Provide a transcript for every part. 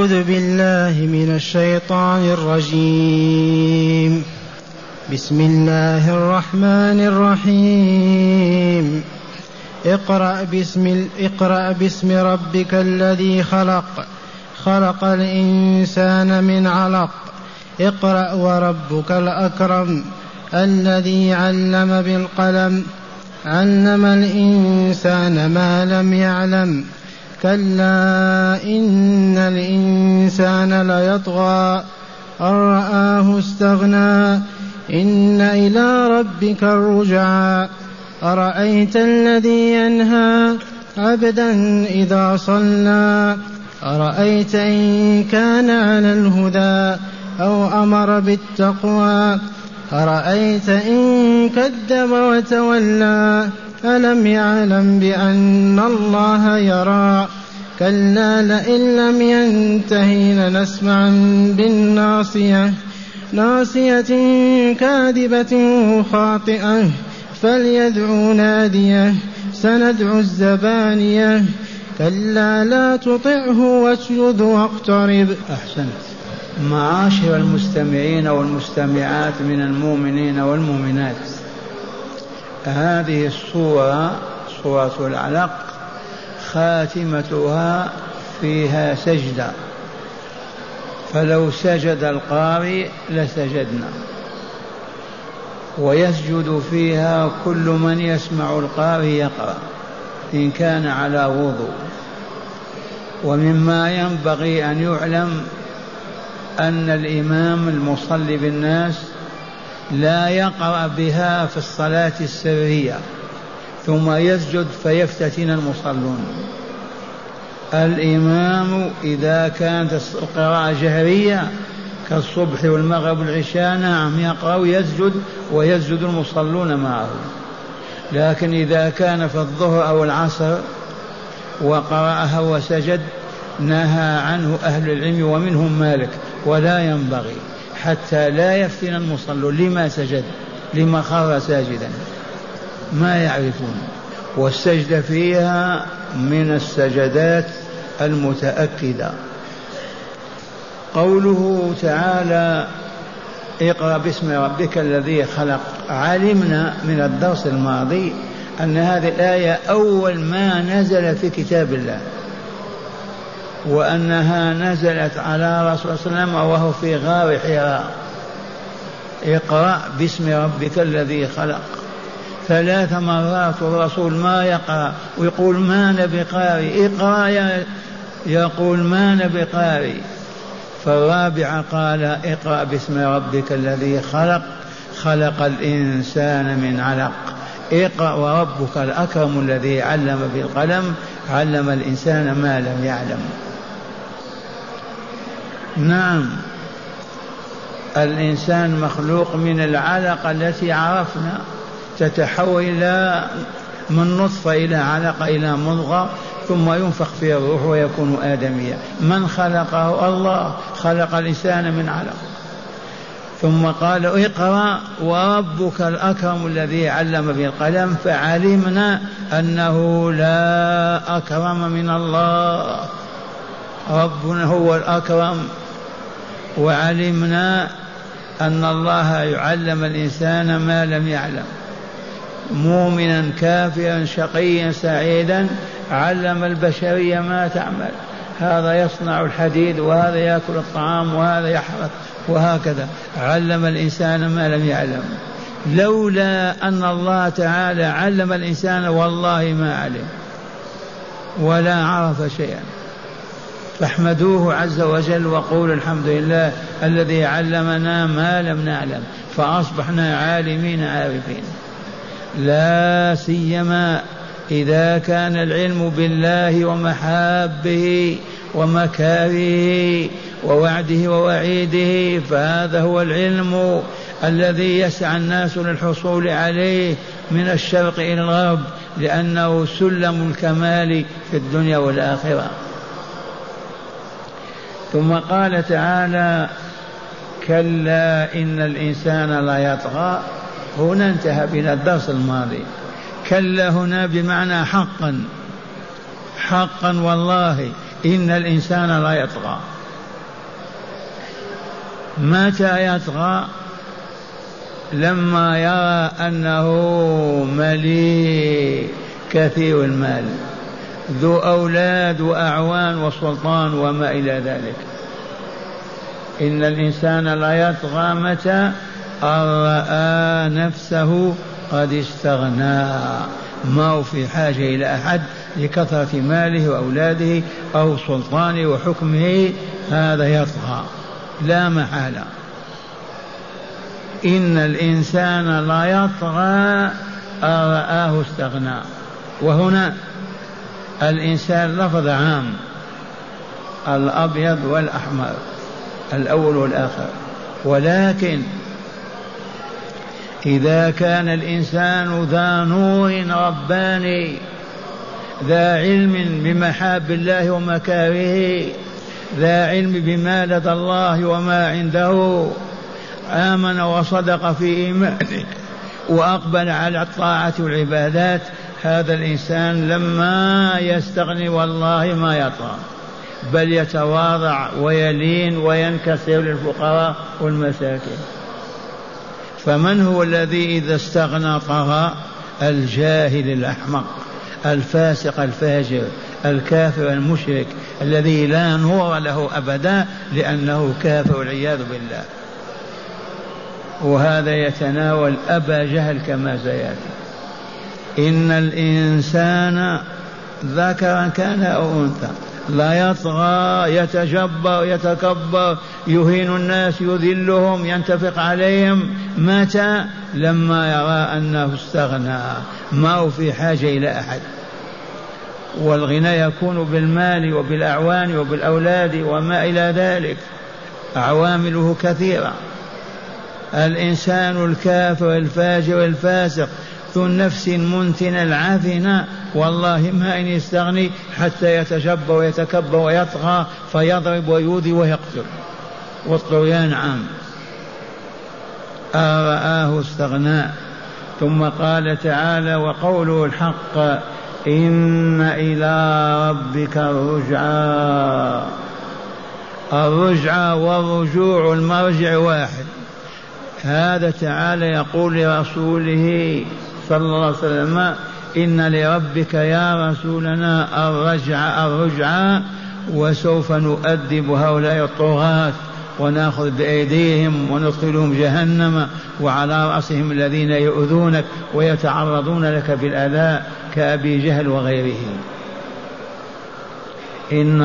أعوذ بالله من الشيطان الرجيم. بسم الله الرحمن الرحيم. اقرأ باسم ربك الذي خلق. خلق الإنسان من علق. اقرأ وربك الأكرم الذي علم بالقلم علم الإنسان ما لم يعلم. كلا إن الإنسان ليطغى أن رآه استغنى إن إلى ربك الرجعى. أرأيت الذي ينهى عبدا إذا صلى. أرأيت إن كان على الهدى أو أمر بالتقوى. أرأيت إن كذب وتولى. ألم يعلم بأن الله يرى. كلا لئن لم ينته لنسمعا بالناصية ناصية كاذبة خاطئة فليدع ناديه سندع الزبانية. كلا لا تطعه واسجد واقترب. أحسنت. معاشر المستمعين والمستمعات من المؤمنين والمؤمنات، هذه السورة سورة العلق خاتمتها فيها سجدة، فلو سجد القارئ لسجدنا، ويسجد فيها كل من يسمع القارئ يقرأ إن كان على وضوء. ومما ينبغي أن يعلم أن الإمام المصلي بالناس لا يقرأ بها في الصلاة السرية ثم يسجد فيفتتن المصلون. الإمام إذا كانت القراءة جهرية كالصبح والمغرب والعشاء نعم يقرأ ويسجد ويسجد المصلون معه، لكن إذا كان في الظهر أو العصر وقرأها وسجد نهى عنه أهل العلم ومنهم مالك، ولا ينبغي حتى لا يفتن المصلون. لما سجد؟ لما خر ساجدا؟ ما يعرفون. والسجد فيها من السجدات المتأكدة. قوله تعالى اقرأ باسم ربك الذي خلق، علمنا من الدرس الماضي أن هذه الآية أول ما نزل في كتاب الله، وأنها نزلت على رسول صلى الله عليه وسلم وهو في غار حراء. اقرأ باسم ربك الذي خلق. 3 مرات الرسول ما يقرأ ويقول ما نبي قارئ، اقرأ يقول ما نبي قارئ. فالرابعة قال اقرأ باسم ربك الذي خلق. خلق الإنسان من علق. اقرأ وربك الأكرم الذي علم بالقلم علم الإنسان ما لم يعلم. نعم، الإنسان مخلوق من العلقة التي عرفنا، تتحول من نطفة إلى علقة إلى مضغة ثم ينفخ فيه الروح ويكون آدميا. من خلقه؟ الله. خلق الإنسان من علق. ثم قال اقرأ وربك الأكرم الذي علم بالقلم، فعلمنا أنه لا أكرم من الله، ربنا هو الأكرم. وعلمنا أن الله يعلم الإنسان ما لم يعلم، مؤمنا كافرا شقيا سعيدا، علم البشرية ما تعمل. هذا يصنع الحديد وهذا يأكل الطعام وهذا يحرث وهكذا. علم الإنسان ما لم يعلم. لولا أن الله تعالى علم الإنسان والله ما علم ولا عرف شيئا. فاحمدوه عز وجل وقولوا الحمد لله الذي علمنا ما لم نعلم فأصبحنا عالمين عارفين. لا سيما إذا كان العلم بالله ومحابه ومكاره ووعده ووعيده، فهذا هو العلم الذي يسعى الناس للحصول عليه من الشرق إلى الغرب، لأنه سلم الكمال في الدنيا والآخرة. ثم قال تعالى كلا إن الإنسان لا يطغى. هنا انتهى بنا الدرس الماضي. كلا هنا بمعنى حقا، حقا والله إن الإنسان لا يطغى. متى يطغى؟ لما يرى أنه مليء كثير المال ذو أولاد وأعوان وسلطان وما إلى ذلك. إن الإنسان لا يطغى متى أن رأى نفسه قد استغنى، ما هو في حاجة إلى أحد لكثرة ماله وأولاده أو سلطانه وحكمه، هذا يطغى لا محالة. إن الإنسان لا يطغى أن رآه استغنى. وهنا الإنسان لفظ عام، الأبيض والأحمر، الأول والآخر. ولكن إذا كان الإنسان ذا نور رباني ذا علم بمحاب الله ومكاره، ذا علم بما لدى الله وما عنده، آمن وصدق في إيمانه وأقبل على الطاعة والعبادات، هذا الإنسان لما يستغني والله ما يطغى، بل يتواضع ويلين وينكسر للفقراء والمساكين. فمن هو الذي إذا استغنى طغى؟ الجاهل الأحمق، الفاسق الفاجر، الكافر المشرك، الذي لا نور له أبدا لأنه كافر والعياذ بالله. وهذا يتناول أبا جهل كما سيأتي. إن الإنسان ذكرا كان أو أنثى لا يطغى يتجبر يتكبر يهين الناس يذلهم ينتفق عليهم. متى؟ لما يرى أنه استغنى، ما هو في حاجة إلى أحد. والغنى يكون بالمال وبالأعوان وبالأولاد وما إلى ذلك، عوامله كثيرة. الإنسان الكافر الفاجر الفاسق ذو النفس المنتنة العافنة والله ما إن يستغني حتى يتجبر ويتكبر ويطغى فيضرب ويؤذي ويقتل، والطغيان عام. أرآه استغناء. ثم قال تعالى وقوله الحق إن إلى ربك الرجعى. الرجعى والرجوع المرجع واحد. هذا تعالى يقول لرسوله صلى الله عليه وسلم إن لربك يا رسولنا الرجعى، وسوف نؤدب هؤلاء الطغاة ونأخذ بأيديهم وندخلهم جهنم وعلى رأسهم الذين يؤذونك ويتعرضون لك بالأذى كأبي جهل وغيره. إن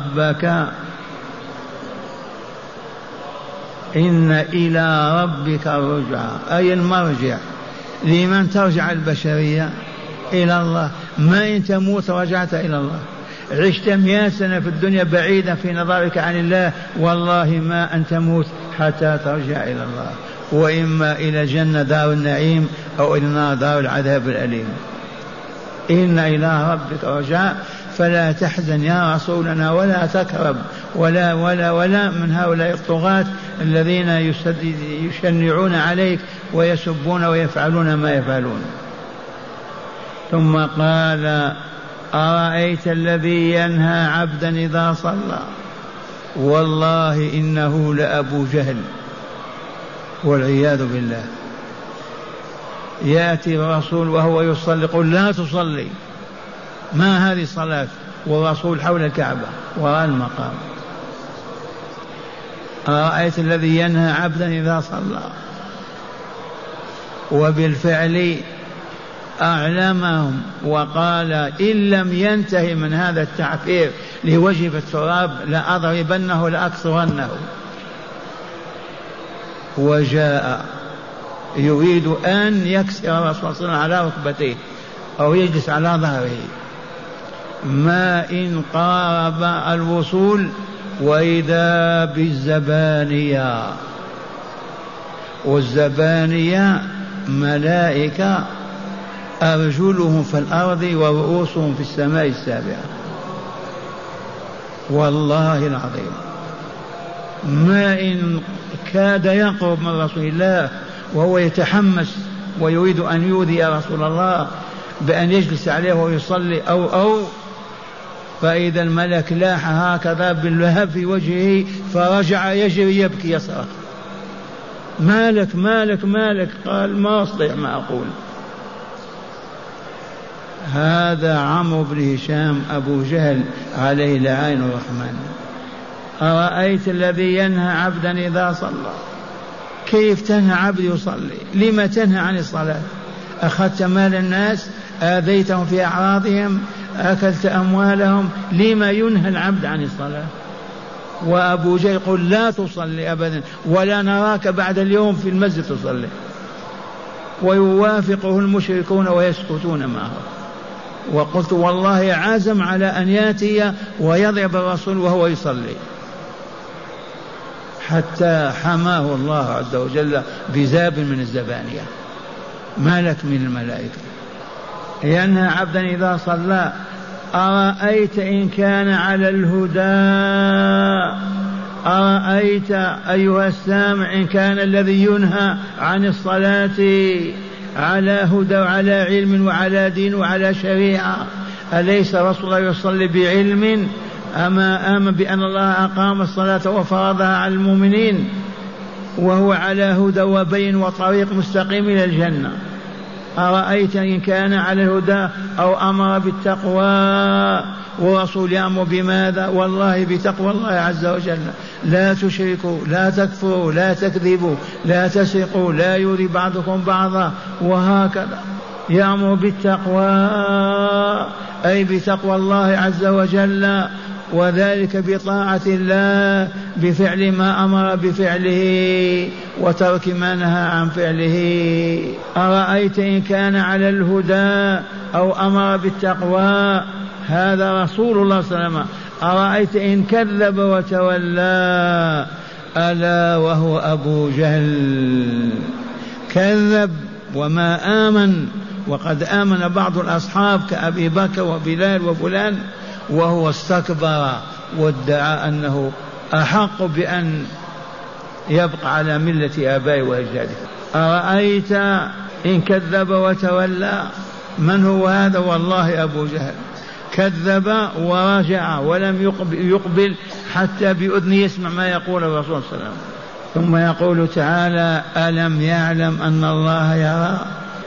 إلى ربك الرجعى، أي المرجع. لمن ترجع البشرية؟ إلى الله. ما إن تموت رجعت إلى الله. عشت 100 سنة في الدنيا بعيدا في نظرك عن الله، والله ما أن تموت حتى ترجع إلى الله، وإما إلى الجنة دار النعيم أو إلى النار دار العذاب الأليم. إن إلى ربك رجعى فلا تحزن يا رسولنا ولا تكرب ولا من هؤلاء الطغاة الذين يشنعون عليك ويسبون ويفعلون ما يفعلون. ثم قال أرأيت الذي ينهى عبدا إذا صلى؟ والله إنه لأبو جهل والعياذ بالله. يأتي الرسول وهو يصلي يقول لا تصلي، ما هذه الصلاة؟ والرسول حول الكعبة وراء المقام. أرأيت الذي ينهى عبدا إذا صلى؟ وبالفعل أعلمهم وقال إن لم ينتهي من هذا التعفير لوجه في التراب لأضربنه لأكسرنه. وجاء يريد أن يكسر الرسول صلى الله عليه وسلم على ركبتيه أو يجلس على ظهره، ما إن قارب الوصول وإذا بالزبانية. والزبانية ملائكة أرجلهم في الأرض ورؤوسهم في السماء السابعة. والله العظيم ما إن كاد يقرب من رسول الله وهو يتحمس ويريد أن يؤذي رسول الله بأن يجلس عليه ويصلي أو فإذا الملك لاح هكذا باللهب في وجهه فرجع يجري يبكي يصرخ. مالك مالك مالك؟ قال ما أستطيع ما أقول. هذا عمرو بن هشام أبو جهل عليه لعين الرحمن. أرأيت الذي ينهى عبدا إذا صلى؟ كيف تنهى عبد يصلي؟ لما تنهى عن الصلاة؟ أخذت مال الناس، آذيتهم في أعراضهم، أكلت أموالهم، لما ينهى العبد عن الصلاة؟ وأبو جهل يقول لا تصلي أبدا، ولا نراك بعد اليوم في المسجد تصلي، ويوافقه المشركون ويسكتون معه. وقلت والله عزم على أن يأتي ويضرب الرسول وهو يصلي، حتى حماه الله عز وجل بذاب من الزبانية، ملك من الملائكة. ينهى عبدا إذا صلى. أرأيت إن كان على الهدى؟ أرأيت أيها السامع إن كان الذي ينهى عن الصلاة على هدى وعلى علم وعلى دين وعلى شريعة، أليس رسول الله يصلي بعلم؟ أما آمن بأن الله أقام الصلاة وفرضها على المؤمنين، وهو على هدى وبين وطريق مستقيم إلى الجنة. أرأيت إن كان على الهدى أو أمر بالتقوى، ورسول يأمر بماذا؟ والله بتقوى الله عز وجل، لا تشركوا، لا تكفروا، لا تكذبوا، لا تسرقوا، لا يؤذي بعضكم بعضا، وهكذا. يأمر بالتقوى أي بتقوى الله عز وجل، وذلك بطاعة الله، بفعل ما أمر بفعله وترك ما نهى عن فعله. أرأيت إن كان على الهدى أو أمر بالتقوى، هذا رسول الله صلى الله عليه وسلم. أرأيت إن كذب وتولى، ألا وهو أبو جهل، كذب وما آمن، وقد آمن بعض الأصحاب كأبي بكر وبلال وفلان، وهو استكبر وادعى أنه أحق بأن يبقى على ملة آبائه وأجداده. أرأيت إن كذب وتولى، من هو هذا؟ والله أبو جهل، كذب ورجع ولم يقبل حتى بأذنه يسمع ما يقول الرسول صلى الله عليه وسلم. ثم يقول تعالى: ألم يعلم أن الله يرى؟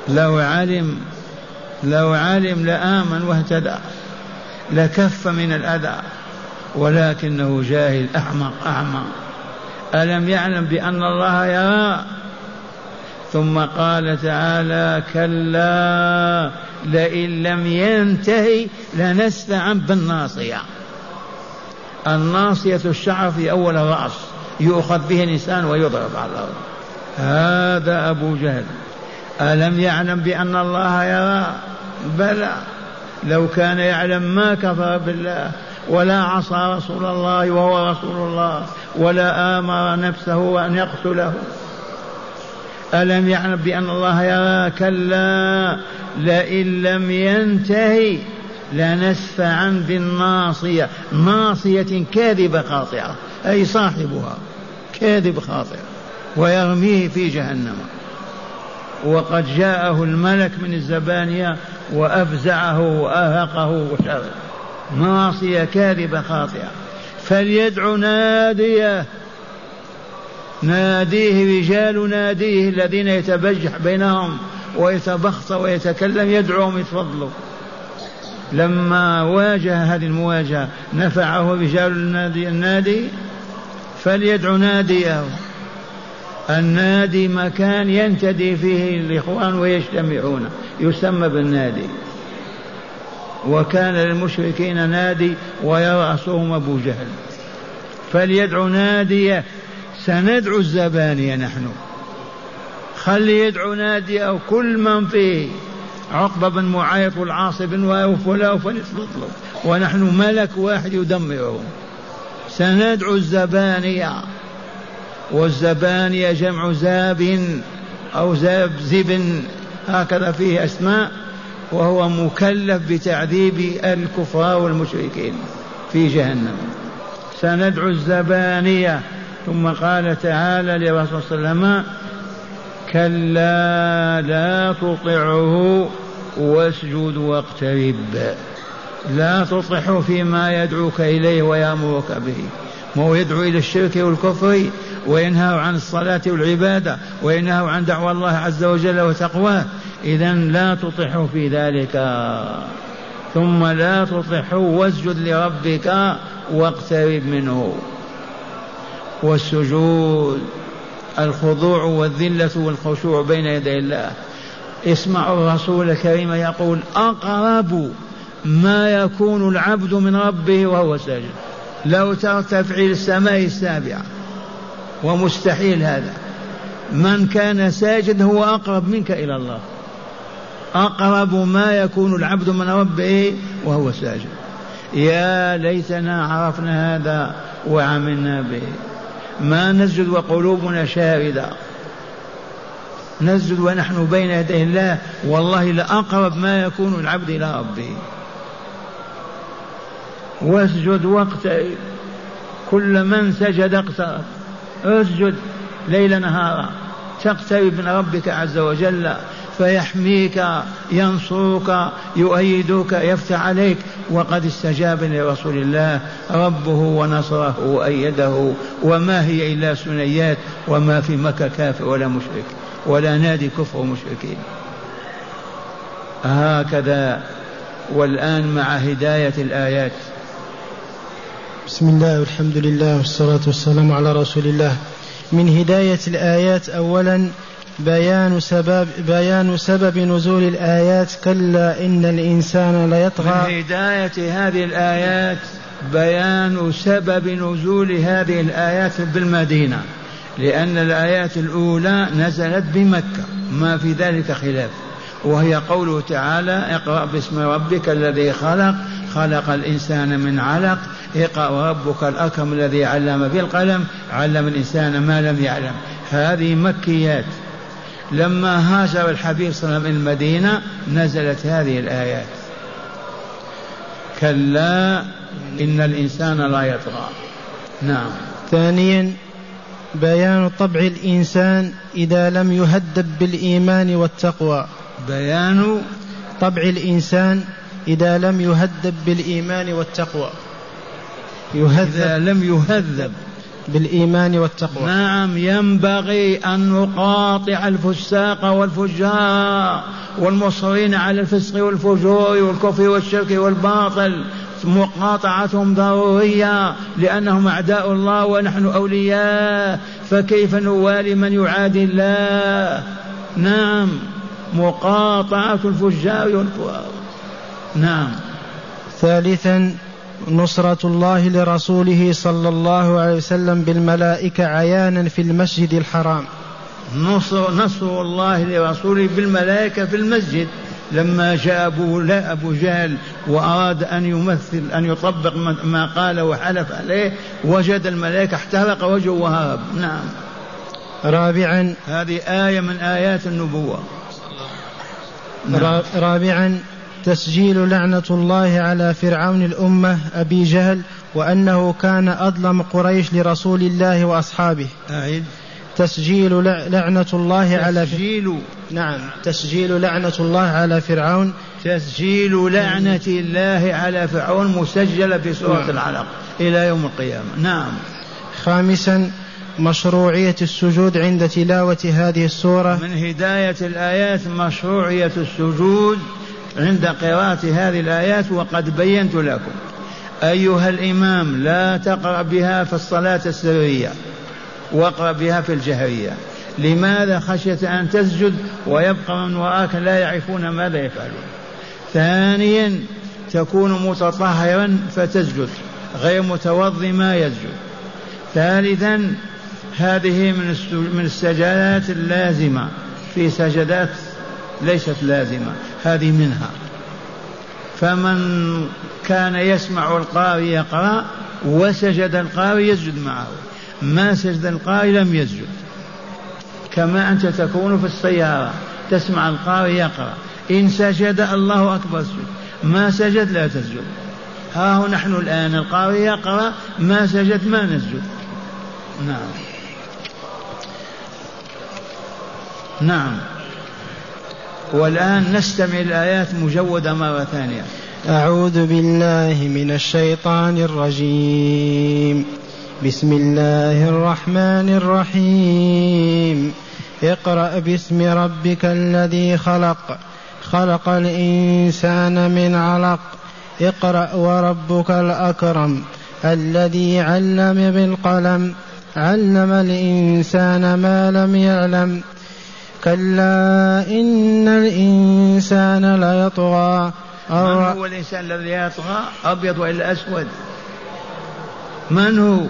لو علم لآمن واهتدى، لكف من الأذى، ولكنه جاهل أحمق أعمى. ألم يعلم بأن الله يرى؟ ثم قال تعالى: كلا لئن لم ينتهي لنسفعا بالناصية. الناصية الشعر في أول الرأس، يؤخذ به الإنسان ويضرب على الأرض. هذا أبو جهل. ألم يعلم بأن الله يرى؟ بلى، لو كان يعلم ما كفر بالله ولا عصى رسول الله وهو رسول الله، ولا آمر نفسه أن يقتله. ألم يعلم بأن الله يرى؟ كلا لئن لم ينتهي لنسفعا بالناصية، ناصية كاذبة خاطئة، أي صاحبها كاذب خاطئ، ويرميه في جهنم. وقد جاءه الملك من الزبانية وأفزعه وأهقه وشر. ناصية كاذبة خاطئة. فليدع ناديه، ناديه رجال ناديه الذين يتبجح بينهم ويتبخص ويتكلم، يدعوهم يتفضلوا. لما واجه هذه المواجهة نفعه رجال النادي. فليدع ناديه. النادي مكان ينتدي فيه الإخوان ويجتمعون، يسمى بالنادي. وكان للمشركين نادي ويرأسهم أبو جهل. فليدع ناديه. سندعو الزبانية نحن، خلي يدعو ناديه وكل من فيه، عقبة بن معيط والعاص بن وفلا فليتفضلوا، ونحن ملك واحد يدمرهم. سندعو الزبانية. والزبانية جمع زاب أو زب، هكذا فيه أسماء، وهو مكلف بتعذيب الكفار والمشركين في جهنم. سندعو الزبانية. ثم قال تعالى لرسول صلى الله عليه وسلم: كلا لا تطعه واسجد واقترب. لا تطعه فيما يدعوك إليه ويأمرك به، وهو يدعو إلى الشرك والكفر وينهى عن الصلاة والعبادة وينهى عن دعوى الله عز وجل وتقواه. إذن لا تطيحوا في ذلك، ثم لا تطيحوا واسجد لربك واقترب منه. والسجود الخضوع والذلة والخشوع بين يدي الله. اسمعوا الرسول الكريم يقول: أقرب ما يكون العبد من ربه وهو ساجد. لو ترتفع السماء السابعة، ومستحيل هذا، من كان ساجد هو أقرب منك إلى الله. أقرب ما يكون العبد من ربه وهو ساجد. يا ليتنا عرفنا هذا وعملنا به. ما نسجد وقلوبنا شاردة، نسجد ونحن بين يدي الله، والله لأقرب ما يكون العبد إلى ربه. واسجد واقترب، كل من سجد اقترب. اسجد ليل نهارا تقترب من ربك عز وجل فيحميك، ينصرك، يؤيدك، يفتح عليك. وقد استجاب لرسول الله ربه ونصره وأيده، وما هي إلا ثنيات، وما في مكة كافر ولا مشرك ولا نادي كفر مشركين. هكذا. والآن مع هداية الآيات. بسم الله والحمد لله والصلاة والسلام على رسول الله. من هداية الآيات أولا بيان سبب نزول الآيات: كلا إن الإنسان ليطغى. من هداية هذه الآيات بيان سبب نزول هذه الآيات بالمدينة، لأن الآيات الأولى نزلت بمكة ما في ذلك خلاف، وهي قوله تعالى: اقرأ باسم ربك الذي خلق، خلق الإنسان من علق، اقرأ وربك الأكرم الذي علم بالقلم، علم الإنسان ما لم يعلم. هذه مكيات. لما هاجر الحبيب صلى الله عليه وسلم المدينة نزلت هذه الآيات: كلا إن الإنسان لا يطغى. نعم. ثانيا بيان طبع الإنسان إذا لم يهذب بالإيمان والتقوى. بيان طبع الإنسان إذا لم يهذب بالإيمان والتقوى. إذا لم يهذب بالإيمان والتقوى. نعم. ينبغي أن نقاطع الفساق والفجار والمصرين على الفسق والفجور والكفر والشرك والباطل. مقاطعتهم ضرورية لأنهم أعداء الله ونحن أولياء، فكيف نوالي من يعادي الله؟ نعم. مقاطعة الفجار والكفار. نعم. ثالثا نصرة الله لرسوله صلى الله عليه وسلم بالملائكة عيانا في المسجد الحرام. نصر الله لرسوله بالملائكة في المسجد. لما جاء أبو جهل وأراد أن يمثل أن يطبق ما قال وحلف عليه، وجد الملائكة احترق وجهه وهرب. نعم. رابعا هذه آية من آيات النبوة. نعم. رابعا تسجيل لعنة الله على فرعون الأمة أبي جهل، وأنه كان أظلم قريش لرسول الله وأصحابه. تسجيل لعنة الله على نعم. تسجيل لعنة الله على فرعون. تسجيل لعنة الله على فرعون مسجلة في سورة العلق إلى يوم القيامة. نعم. خامسا مشروعية السجود عند تلاوة هذه السورة. من هداية الآيات مشروعية السجود عند قراءة هذه الآيات، وقد بينت لكم أيها الإمام لا تقرأ بها في الصلاة السرية، واقرأ بها في الجهرية. لماذا؟ خشية أن تسجد ويبقى من وراءك لا يعرفون ماذا يفعلون. ثانيا تكون متطهرا فتسجد، غير متوضي ما يسجد. ثالثا هذه من السجدات اللازمة، في سجدات ليست لازمة، هذه منها. فمن كان يسمع القارئ يقرأ وسجد القارئ يسجد معه، ما سجد القارئ لم يسجد. كما أنت تكون في السيارة تسمع القارئ يقرأ، إن سجد الله أكبر سجد، ما سجد لا تسجد. ها نحن الآن القارئ يقرأ ما سجد ما نسجد. نعم. نعم. والآن نستمع الآيات مجودة مرة ثانية. أعوذ بالله من الشيطان الرجيم. بسم الله الرحمن الرحيم اقرأ باسم ربك الذي خلق خلق الإنسان من علق اقرأ وربك الأكرم الذي علم بالقلم علم الإنسان ما لم يعلم كلا إن الإنسان ليطغى. من هو الإنسان الذي يطغى؟ أبيض وإلا أسود؟ من هو؟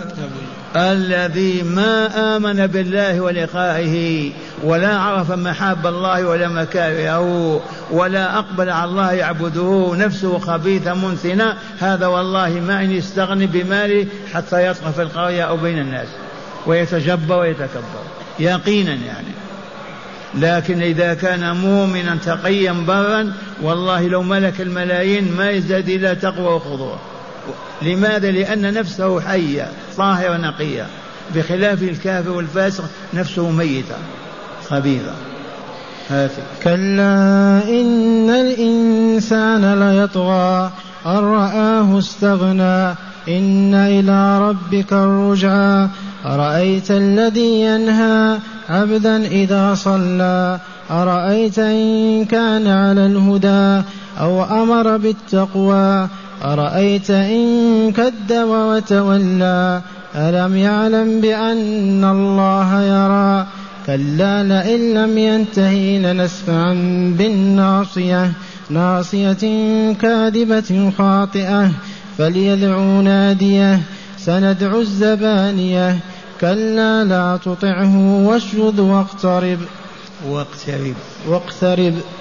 الذي ما آمن بالله ولقائه ولا عرف محاب الله ولا مكارهه ولا أقبل على الله يعبده، نفسه خبيثة منثنة، هذا والله ما إن يستغني بماله حتى يطغى في القرية أو بين الناس ويتجبر ويتكبر يقينا يعني. لكن إذا كان مؤمنا تقيا برا والله لو ملك الملايين ما يزداد إلا تقوى وخضوع. لماذا؟ لأن نفسه حية طاهرة نقية، بخلاف الكافر والفاسق نفسه ميتة خبيثة. كلا إن الإنسان ليطغى أن رآه استغنى إن إلى ربك الرجعى أرأيت الذي ينهى عبدا إذا صلى أرأيت إن كان على الهدى أو أمر بالتقوى أرأيت إن كذب وتولى ألم يعلم بأن الله يرى كلا لئن لم ينته لنسفعا بالناصية ناصية كاذبة خاطئة فليدعو ناديه سندعو الزبانية كلا لا تطعه واشرد واقترب.